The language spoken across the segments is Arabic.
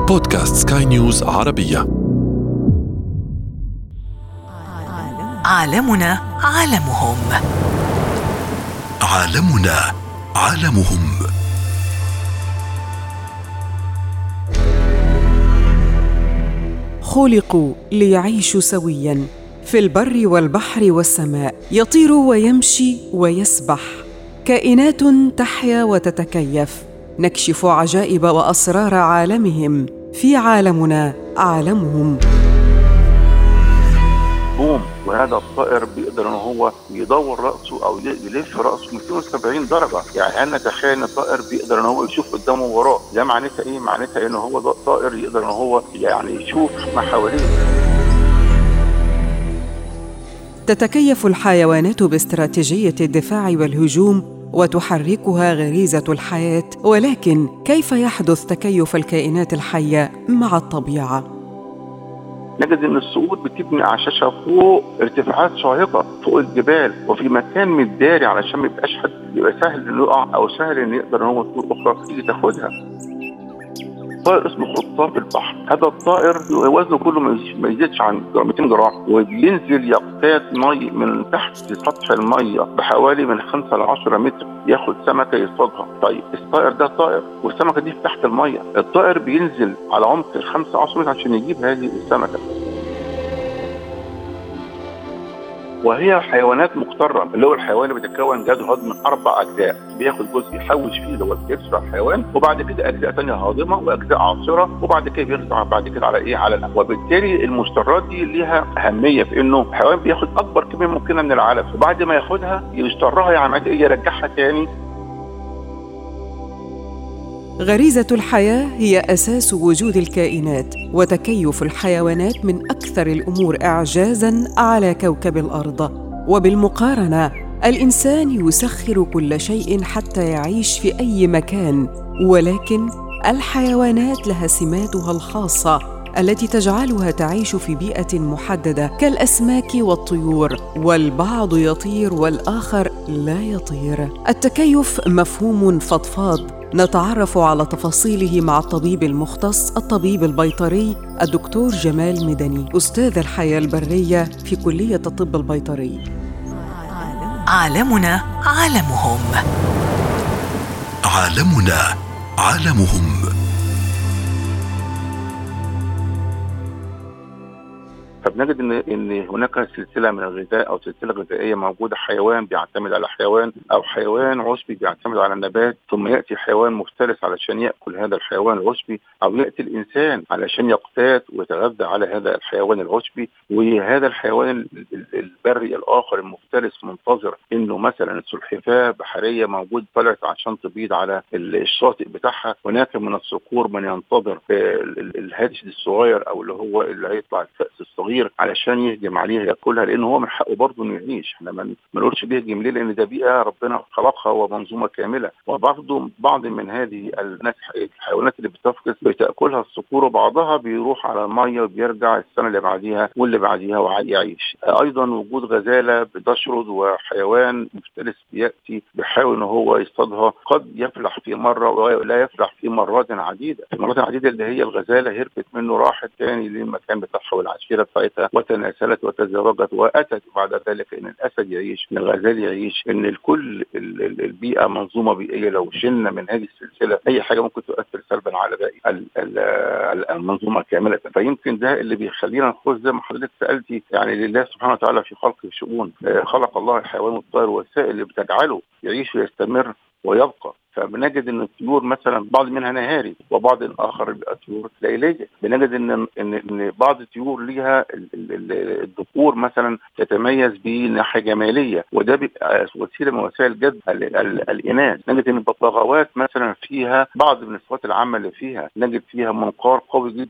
بودكاست سكاي نيوز عربية. عالمنا عالمهم. عالمنا عالمهم. خلقوا ليعيشوا سوياً في البر والبحر والسماء، يطير ويمشي ويسبح، كائنات تحيا وتتكيف. نكشف عجائب وأسرار عالمهم في عالمنا عالمهم. وهذا الطائر بيقدر ان هو يدور رأسه او يلف رأسه 270 درجة. يعني انا نتخيل ان الطائر بيقدر ان هو يشوف قدامه وراه. ده معناتها ايه؟ معناتها ان هو ده طائر يقدر ان هو يعني يشوف ما حواليه. تتكيف الحيوانات باستراتيجية الدفاع والهجوم وتحركها غريزة الحياة، ولكن كيف يحدث تكيف الكائنات الحية مع الطبيعة؟ نجد ان الصقور بتبني اعشاشها فوق ارتفاعات شاهقه فوق الجبال وفي مكان متداري علشان ما يبقاش حد يبقى سهل انه يقع او سهل ان يقدر ان هو طيور اخرى تيجي تاخدها. طائر اسمه خطاف البحر. هذا الطائر وزنه كله ما يزيدش عن 200 جرام، وبينزل يقتات مي من تحت سطح الميه بحوالي من 5 ل 10 متر، ياخد سمكه يصطادها. طيب الطائر ده طائر والسمكه دي تحت الميه، الطائر بينزل على عمق 5 10 متر عشان يجيب هذه السمكه. وهي حيوانات مقترة، اللي هو الحيوان اللي بيتكون جهاز هضمي من 4 أجزاء، بياخد جزء يحوش فيه اللي هو الكبش الحيوان، وبعد كده أجزاء تانية هاضمة وأجزاء عاصرة، وبعد كده بيرجع بعد كده على إيه؟ على الأكل. وبالتالي المشترات دي ليها أهمية في إنه الحيوان بياخد أكبر كمية ممكنة من العلف، وبعد ما ياخدها يشترها يعني إيه؟ يرجعها تاني. غريزة الحياة هي أساس وجود الكائنات، وتكيف الحيوانات من أكثر الأمور إعجازاً على كوكب الأرض. وبالمقارنة، الإنسان يسخر كل شيء حتى يعيش في أي مكان، ولكن الحيوانات لها سماتها الخاصة التي تجعلها تعيش في بيئة محددة كالأسماك والطيور، والبعض يطير والآخر لا يطير. التكيف مفهوم فضفاض نتعرف على تفاصيله مع الطبيب المختص الطبيب البيطري الدكتور جمال مدني، أستاذ الحياة البرية في كلية الطب البيطري. عالمنا عالمهم. عالمنا عالمهم. فبنجد ان هناك سلسله من الغذاء او سلسله غذائيه موجوده. حيوان بيعتمد على حيوان، او حيوان عشبي بيعتمد على النبات، ثم ياتي حيوان مفترس علشان ياكل هذا الحيوان العشبي، او ياتي الانسان علشان يقتات ويتغذى على هذا الحيوان العشبي. وهذا الحيوان البري الاخر المفترس منتظر انه مثلا السلحفاه بحريه موجود طلعت عشان تبيض على الشاطئ بتاعها. هناك من الصقور من ينتظر الهادش الصغير او اللي هو اللي هيطلع الفأس الصغير علشان يهجم عليها ياكلها، لانه هو من حقه برضه انه يعيش. احنا ما نقولش بيهجم ليه، لان ده بيئه ربنا خلقها ومنظومه كامله. وبرضه بعض من هذه الحيوانات اللي بتفقس بتاكلها الصقور، وبعضها بيروح على الميه وبيرجع السنه اللي بعديها واللي بعديها ويعيش. ايضا وجود غزاله بتشرد وحيوان مفترس بياتي بيحاول ان هو يصطادها، قد يفلح في مره ولا يفلح في مرات عديده. المرات العديده اللي هي الغزاله هربت منه راحت تاني للمكان بتاعها والعشيره بتاعتها وتناسلت وتزوجت واتت بعد ذلك ان الاسد يعيش، ان الغزال يعيش، ان الكل البيئه منظومه بيئيه. لو شلنا من هذه السلسله اي حاجه ممكن تؤثر سلبا على باقي المنظومه كامله. فيمكن ده اللي بيخلينا نخش زي ما حضرتك سالتي، يعني لله سبحانه وتعالى في خلقه شؤون. خلق الله الحيوان والطير والسائل اللي بتجعله يعيش ويستمر ويبقى. فبنجد ان الطيور مثلا بعض منها نهاري وبعض الاخر بيبقى طيور ليليه. بنجد ان بعض الطيور ليها الذكور مثلا تتميز بناحيه جماليه، وده بيبقى وسيله من وسائل جذب الاناث. نجد ان الببغاوات مثلا فيها بعض من الصفات العامه اللي فيها، نجد فيها منقار قوي جدا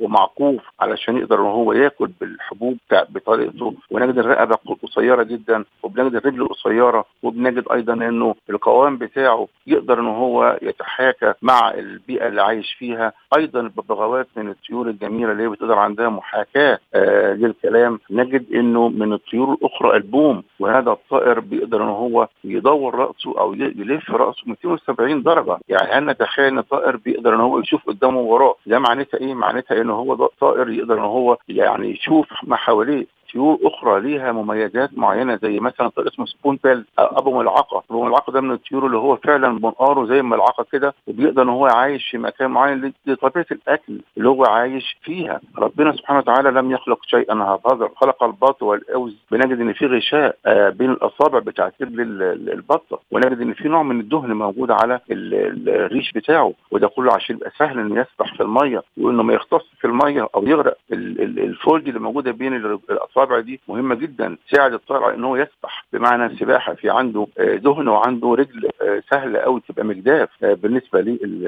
ومعقوف علشان يقدر ان هو ياكل بالحبوب بطريقته، ونجد الرقبه قصيره جدا، وبنجد الرجل قصيره، وبنجد ايضا انه القوام بتاعه يقدر ان هو يتحاكى مع البيئه اللي عايش فيها. ايضا الببغاوات من الطيور الجميله اللي بتقدر عندها محاكاه للكلام. نجد انه من الطيور الاخرى البوم، وهذا الطائر بيقدر ان هو يدور راسه او يلف راسه 270 درجه. يعني انا نتخيل ان الطائر بيقدر ان هو يشوف قدامه ووراه. ده معناتها ايه؟ معناتها ان هو طائر يقدر ان هو يعني يشوف ما حواليه. طيور اخرى ليها مميزات معينه زي مثلا طائر اسمه سبون بيل او ابو ملعقه. ابو ملعقه ده من الطيور اللي هو فعلا منقاره زي الملعقه كده، وبيقدر ان هو عايش في مكان معين لطبيعه الاكل اللي هو عايش فيها. ربنا سبحانه وتعالى لم يخلق شيئا هكذا، خلق البط والاوز. بنجد ان في غشاء بين الاصابع بتاعت رجل البطه، ونجد ان في نوع من الدهن موجود على الريش بتاعه، وده كله عشان يبقى سهل انه يسبح في الميه وانه ما يغطس في الميه او يغرق. الفولد اللي موجوده بين الاصابع دي مهمه جدا، تساعد الطائر على ان هو يسبح، بمعنى السباحه في عنده دهن وعنده رجل سهله قوي تبقى مجداف بالنسبه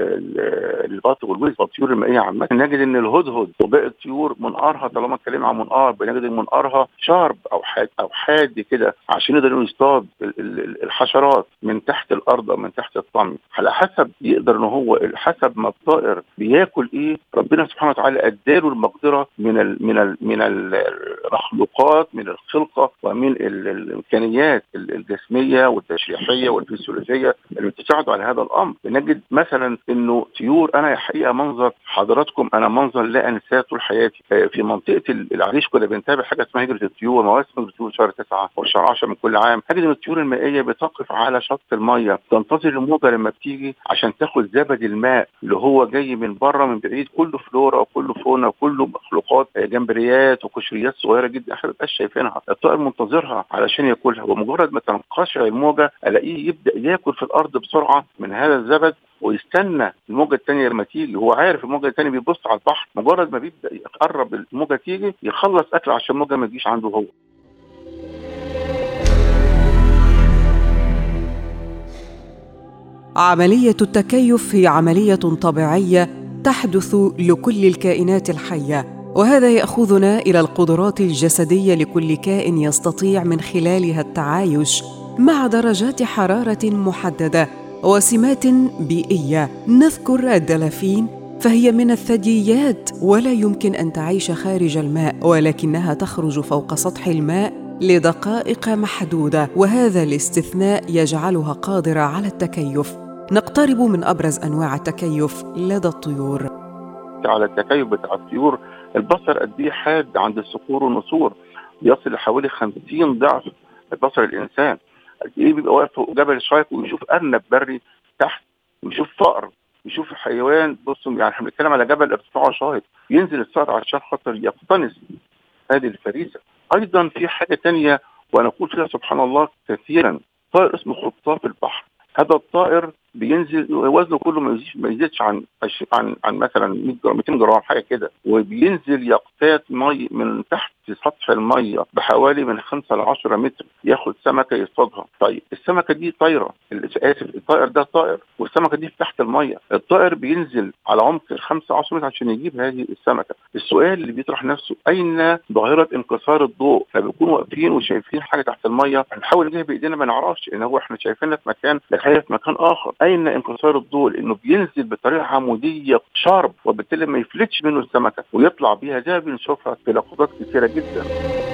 للبط والوز والطيور المائيه عامه. نجد ان الهدهد وباقي الطيور منقارها، طالما اتكلمنا عن منقار بنجد ان منقارها شارب او حاد كده عشان يقدر يصطاد الحشرات من تحت الارض او من تحت الطمي. على حسب يقدر ان هو حسب ما الطائر بياكل ايه، ربنا سبحانه وتعالى اداله المقدره من المخلوقات، من الخلقه ومن الامكانيات الجسميه والتشريحيه والفسيولوجيه اللي بتساعد على هذا الامر. بنجد مثلا انه طيور، انا حقيقه منظر حضراتكم انا منظر لا انساه طول حياتي. في منطقه العريش كنا بنتابع حاجه اسمها هجره الطيور، مواسم هجره الطيور شهر 9 وشهر 10 من كل عام. هجره الطيور المائيه بتقف على شط الميه، تنتظر الموجه لما بتيجي عشان تاخد زبد الماء اللي هو جاي من بره من بعيد، كله فلورا وكله فونا وكله مخلوقات جمبريات وقشريات صغيره جدا احنا مبقاش شايفينها. الطائر منتظرها علشان ياكلها، ومجرد ما تنقشع الموجه الاقيه يبدا ياكل في الارض بسرعه من هذا الزبد، ويستنى الموجه الثانيه لما تيجي. هو عارف الموجه الثانيه بيبص على البحر، مجرد ما بيبدا يقرب الموجه تيجي يخلص اكل عشان الموجه ما تجيش عنده هو. عملية التكيف هي عملية طبيعية تحدث لكل الكائنات الحية، وهذا يأخذنا إلى القدرات الجسدية لكل كائن يستطيع من خلالها التعايش مع درجات حرارة محددة وسمات بيئية. نذكر الدلافين، فهي من الثدييات ولا يمكن أن تعيش خارج الماء، ولكنها تخرج فوق سطح الماء لدقائق محدودة، وهذا الاستثناء يجعلها قادرة على التكيف. نقترب من أبرز أنواع التكيف لدى الطيور. على التكيف بتاع الطيور، البصر قد ايه حاد عند الصقور والنسور، بيصل لحوالي 50 ضعف بصر الإنسان. قد ايه بيبقى واقف فوق جبل الشايق ويشوف أرنب بري تحت، ويشوف فأر، يشوف حيوان. بصوا يعني احنا بنتكلم على جبل ارتفاعه شاهق، ينزل الصقر عشان خاطر يقتنص هذه الفريسة. أيضا في حاجة تانية ونقول فيها سبحان الله كثيرا، طائر اسمه خطاف البحر. هذا الطائر بينزل وزنه كله ما يزيدش عن مثلا 100 جرام 200 جرام حاجه كده، وبينزل يقتات مي من تحت سطح الميه بحوالي من 5 ل 10 متر، ياخد سمكه يصطادها. طيب السمكه دي طايره، الطائر ده طائر والسمكه دي في تحت الميه. الطائر بينزل على عمق 5 10 متر عشان يجيب هذه السمكه. السؤال اللي بيطرح نفسه، اين ظاهره انكسار الضوء؟ فبنكون واقفين وشايفين حاجه تحت الميه، هنحاول نجيبها بايدينا ما نعرفش ان هو احنا شايفينها في مكان لكن في مكان اخر. اين انكسار الضوء؟ لانه بينزل بطريقه عموديه شارب، وبالتالي ما يفلتش منه السمكه ويطلع بيها. ده بنشوفها في لقطات كثيره جدا.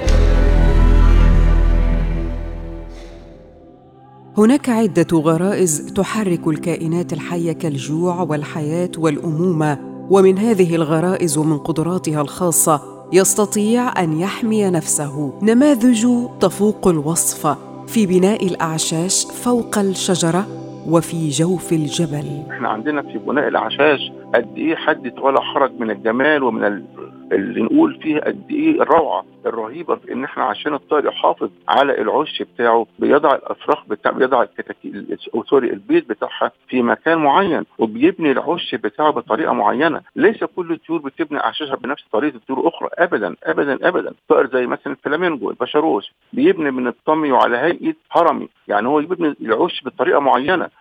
هناك عدة غرائز تحرك الكائنات الحية كالجوع والحياة والأمومة، ومن هذه الغرائز ومن قدراتها الخاصة يستطيع أن يحمي نفسه. نماذج تفوق الوصف في بناء الأعشاش فوق الشجرة وفي جوف الجبل. احنا عندنا في بناء الأعشاش قد ايه حدث ولا حرج من الجمال ومن اللي نقول فيه قد ايه الروعه الرهيبه في ان احنا عشان الطائر يحافظ على العش بتاعه بيضع الافراخ بتاعه، بيضع البيض بتاعها في مكان معين، وبيبني العش بتاعه بطريقه معينه. ليس كل الطيور بتبني اعشاشها بنفس طريقه الطيور اخرى، ابدا ابدا ابدا. طائر زي مثلا الفلامينجو البشروش بيبني من الطمي وعلى هيئه هرمي، يعني هو يبني العش بطريقه معينه.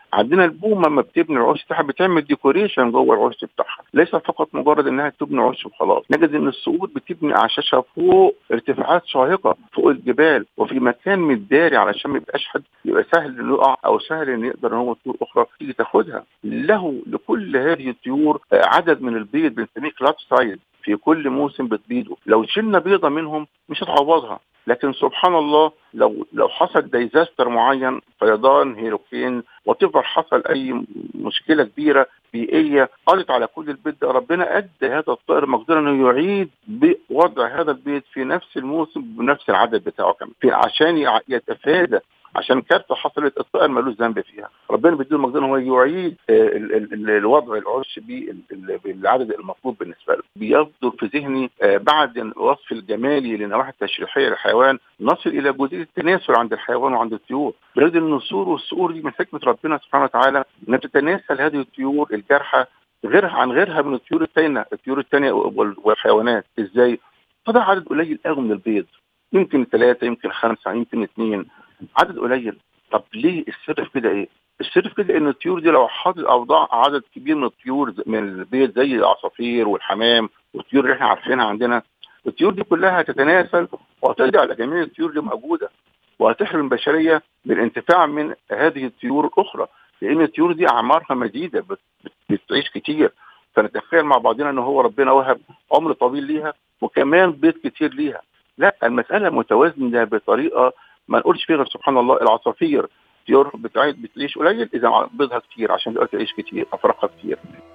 عندنا البومه لما بتبني العش بتاعها بتعمل ديكوريشن جوه العش بتاعها، ليس فقط مجرد انها تبني عش وخلاص. نجد ان الصقور بتبني اعشاشها فوق ارتفاعات شاهقه فوق الجبال وفي مكان متداري علشان ما يبقاش حد يبقى سهل انه يقع او سهل ان يقدر ان هو طيور اخرى تيجي تاخدها. لكل هذه الطيور عدد من البيض بنسميه كلات سايز في كل موسم بتبيضوا، لو شلنا بيضه منهم مش هتعوضها. لكن سبحان الله لو حصل ديزاستر معين، فيضان، هيروكين، وتفضل حصل اي مشكله كبيره بيئيه قضت على كل البيض ده، ربنا ادى هذا الطائر مقدره انه يعيد بوضع هذا البيض في نفس الموسم بنفس العدد بتاعه كمان عشان يتفادى، عشان كارثه حصلت الطائر مالوش ذنب فيها، ربنا بيديله المقدره هو يعيد الوضع العش بالعدد المطلوب بالنسبه له. بيصدر في ذهني بعد الوصف الجمالي للنواحي التشريحيه للحيوان نصل الى جزئيه التناسل عند الحيوان وعند الطيور. بلاد النسور والصقور دي من حكمه ربنا سبحانه وتعالى انها تتناسل هذه الطيور الجارحه عن غيرها من الطيور الثانيه والحيوانات. ازاي؟ فده عدد قليل قوي من البيض، يمكن 3 يمكن 5 يمكن 2، عدد قليل. طب ليه السر في كده ايه؟ السر في كده ان الطيور دي لو حاطط اوضاع عدد كبير من الطيور من البيض زي العصافير والحمام والطيور اللي احنا عارفينها عندنا، الطيور دي كلها هتتناسل وهترجع لجميع الطيور اللي موجوده وهتحرم البشريه بالانتفاع من هذه الطيور الاخرى، لان الطيور دي اعمارها مديده بتعيش كتير. فنتخيل مع بعضنا ان هو ربنا وهب عمر طويل ليها وكمان بيض كتير ليها. لا، المساله متوازنه بطريقه ما نقولش فيها غير سبحان الله. العصافير طيور بتعيش قليل اذا بيضها كتير عشان تقدر تعيش كتير، افراخها كتير.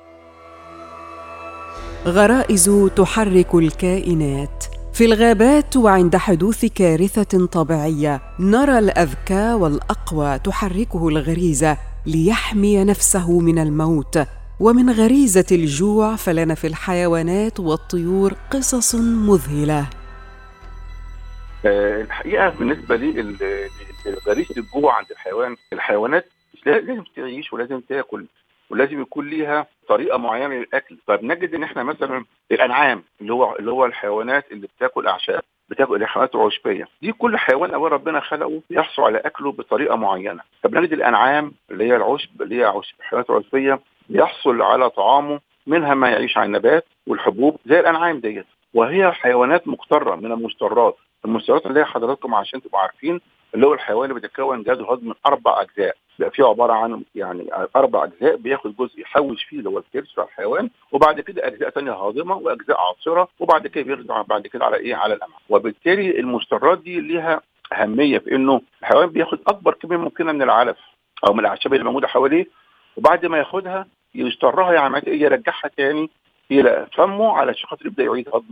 غرائز تحرك الكائنات. في الغابات وعند حدوث كارثة طبيعية نرى الأذكى والأقوى تحركه الغريزة ليحمي نفسه من الموت. ومن غريزة الجوع فلنا في الحيوانات والطيور قصص مذهلة. الحقيقة بالنسبة لي غريزة الجوع عند الحيوانات لازم تعيش ولازم تاكل ولازم يكون ليها طريقه معينه للاكل. فبنجد ان احنا مثلا الانعام اللي هو الحيوانات اللي بتاكل اعشاب، بتاكل الحيوانات العشبيه دي، كل حيوان اول ربنا خلقه يحصل على اكله بطريقه معينه. فبنجد الانعام اللي هي العشب اللي هي الحيوانات العشبيه بيحصل على طعامه منها ما يعيش على النبات والحبوب زي الانعام ديت، وهي حيوانات مقتره من المسترات اللي هي حضراتكم عشان تبقوا عارفين اللي هو الحيوان اللي بيتكون جهاز هضمي من 4 أجزاء، بيبقى فيه عباره عن 4 أجزاء بياخد جزء يحوش فيه اللي هو الكرش بتاع الحيوان، وبعد كده اجزاء ثانيه هاضمه واجزاء عاصره، وبعد كده بيرجع بعد كده على الامعاء. وبالتالي المسترات دي ليها اهميه في انه الحيوان بياخد اكبر كميه ممكنه من العلف او من الاعشاب اللي موجوده حواليه، وبعد ما ياخدها يسترها يرجعها تاني الى فمه علشان خاطر يبدا يعيد هضم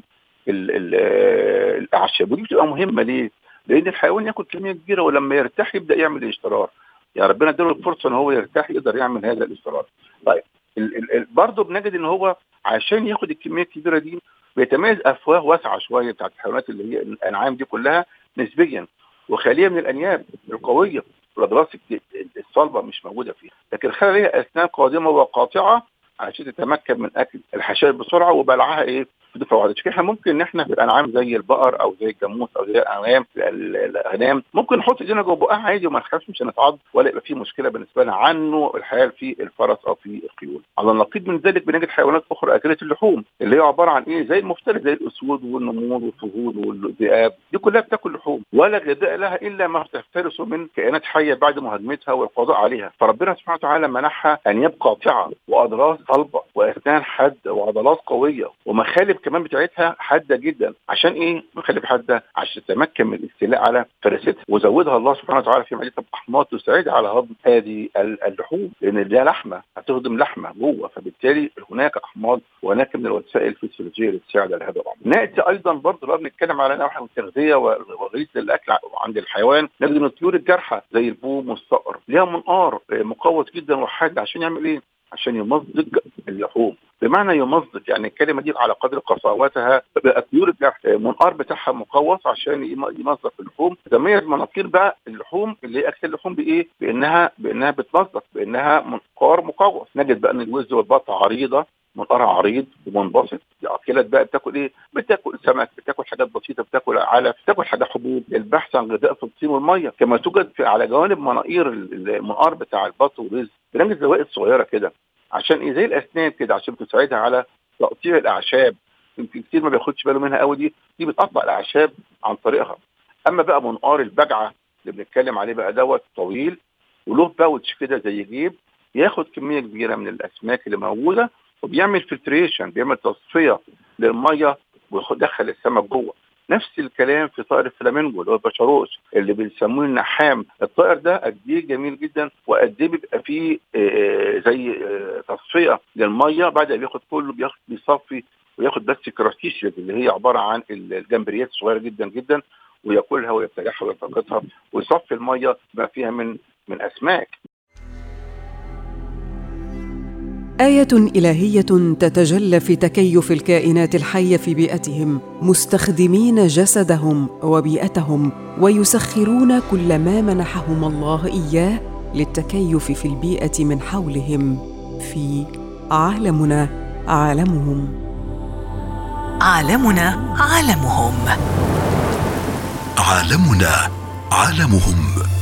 الاعشاب. ودي بتبقى مهمه ليه؟ لان الحيوان ياكل كميه كبيره ولما يرتاح يبدا يعمل الاسترار، ربنا اداله الفرصه ان هو يرتاح يقدر يعمل هذا الاسترار. طيب برضه بنجد ان هو عشان ياخد الكميه الكبيره دي بيتميز افواه واسعه شويه بتاعت الحيوانات اللي هي الانعام دي كلها نسبيا وخاليه من الانياب القويه والاضراس الصلبه مش موجوده فيها، لكن خلى ليها اسنان قادمه وقاطعه عشان تتمكن من اكل الحشائش بسرعه وبلعها بدفع. احنا ممكن ان احنا في الانعام زي البقر او زي الجاموس او زي الاغنام ممكن نحط ايدينا جوه بقها عادي وما نخافش، مش هنتعض ولا يبقى في مشكله بالنسبه لنا عنه الحياه في الفرس او في الخيول. على النقيض من ذلك بنجد حيوانات اخرى اكله اللحوم اللي هي عباره عن زي المفترس زي الاسود والنمور والفهود والذئاب، دي كلها بتاكل لحوم ولا غذاء لها الا ما تفترسه من كائنات حيه بعد مهاجمتها والقضاء عليها. فربنا سبحانه وتعالى منحها انياب قاطعه واضراس صلبه واسنان حاده وعضلات قويه ومخالب كمان بتاعتها حاده جدا. عشان مخالب حاده؟ عشان تتمكن من الاستيلاء على فرستها، وزودها الله سبحانه وتعالى في معدتها باحماض تساعد على هضم هذه اللحوم، لان ده لحمه هتهضم لحمه جوه، فبالتالي هناك احماض وهناك من الوسائل الفسيولوجيه اللي تساعد على هذا الامر. ناتي ايضا برضه لما بنتكلم على نواحي التغذيه وغريزه الاكل عند الحيوان، نجد ان الطيور الجارحه زي البوم والصقر ليها منقار مقوس جدا وحاد عشان يعمل عشان يمزج اللحوم. بمعنى يمزج الكلمه دي على قدر قساوتها، بقى الطيور الجارحه المنقار بتاعها مقوس عشان يمزج اللحوم. تميز مناقير بقى اللحوم اللي هي اكل اللحوم بانها بتمزج، بانها منقار مقوس. نجد بقى ان الوز والبط عريضه منقار عريض ومنبسط. العقيلات بقى بتاكل ايه؟ بتاكل سمك، بتاكل حاجات بسيطه، بتاكل علف، بتاكل حاجات حبوب. البحث عن غذاء في الطين والميه، كما توجد على جوانب مناقير المنقار بتاع البط والرز بنجد زوائد صغيره كده، عشان ايه؟ زي الاسنان كده، عشان تساعدها على تقطيع الاعشاب. يمكن كتير ما بياخدش باله منها قوي، دي بتقطع الاعشاب عن طريقها. اما بقى منقار البجعه اللي بنتكلم عليه بقى دوت طويل وله باوتش كده زي جيب، ياخد كميه كبيره من الاسماك اللي موجوده وبيعمل فلتريشن، بيعمل تصفيه للميه ويدخل السمك جوه. نفس الكلام في طائر الفلامينجو اللي هو البشروش اللي بنسموه النحام. الطائر ده قد ايه جميل جدا، وقد ايه بيبقى فيه زي تصفيه للميه بعد ما بياخد كله، بيصفي وياخد بس كراتيشيز اللي هي عباره عن الجمبريات الصغيره جدا جدا، وياكلها ويبتلعها ويلتقطها ويصفي الميه ما فيها من اسماك. آية إلهية تتجلى في تكيف الكائنات الحية في بيئتهم، مستخدمين جسدهم وبيئتهم ويسخرون كل ما منحهم الله إياه للتكيف في البيئة من حولهم. في عالمنا عالمهم. عالمنا عالمهم. عالمنا عالمهم.